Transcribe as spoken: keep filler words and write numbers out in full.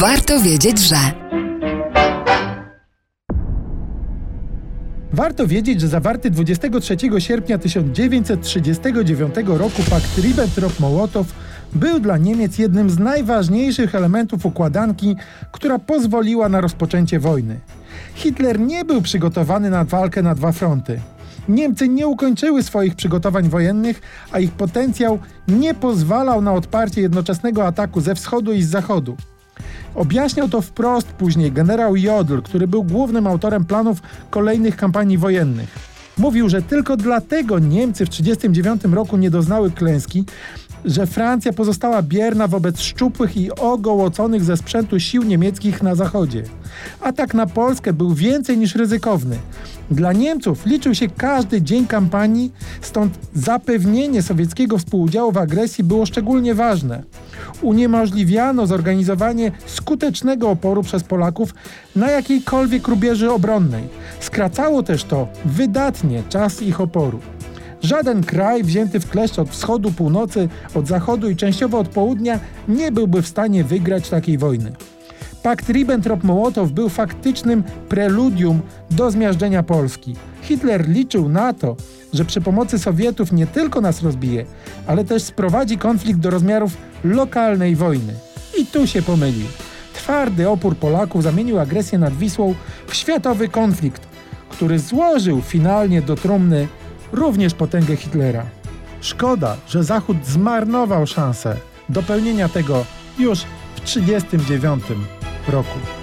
Warto wiedzieć, że... Warto wiedzieć, że zawarty dwudziestego trzeciego sierpnia tysiąc dziewięćset trzydziestego dziewiątego roku pakt Ribbentrop-Mołotow był dla Niemiec jednym z najważniejszych elementów układanki, która pozwoliła na rozpoczęcie wojny. Hitler nie był przygotowany na walkę na dwa fronty. Niemcy nie ukończyły swoich przygotowań wojennych, a ich potencjał nie pozwalał na odparcie jednoczesnego ataku ze wschodu i z zachodu. Objaśniał to wprost później generał Jodl, który był głównym autorem planów kolejnych kampanii wojennych. Mówił, że tylko dlatego Niemcy w tysiąc dziewięćset trzydziestym dziewiątym roku nie doznały klęski, że Francja pozostała bierna wobec szczupłych i ogołoconych ze sprzętu sił niemieckich na zachodzie. Atak na Polskę był więcej niż ryzykowny. Dla Niemców liczył się każdy dzień kampanii, stąd zapewnienie sowieckiego współudziału w agresji było szczególnie ważne. Uniemożliwiano zorganizowanie skutecznego oporu przez Polaków na jakiejkolwiek rubieży obronnej. Skracało też to wydatnie czas ich oporu. Żaden kraj wzięty w kleszcz od wschodu, północy, od zachodu i częściowo od południa nie byłby w stanie wygrać takiej wojny. Pakt Ribbentrop-Mołotow był faktycznym preludium do zmiażdżenia Polski. Hitler liczył na to, że przy pomocy Sowietów nie tylko nas rozbije, ale też sprowadzi konflikt do rozmiarów lokalnej wojny. I tu się pomylił. Twardy opór Polaków zamienił agresję nad Wisłą w światowy konflikt, który złożył finalnie do trumny również potęgę Hitlera. Szkoda, że Zachód zmarnował szansę dopełnienia tego już w tysiąc dziewięćset trzydziestym dziewiątym roku.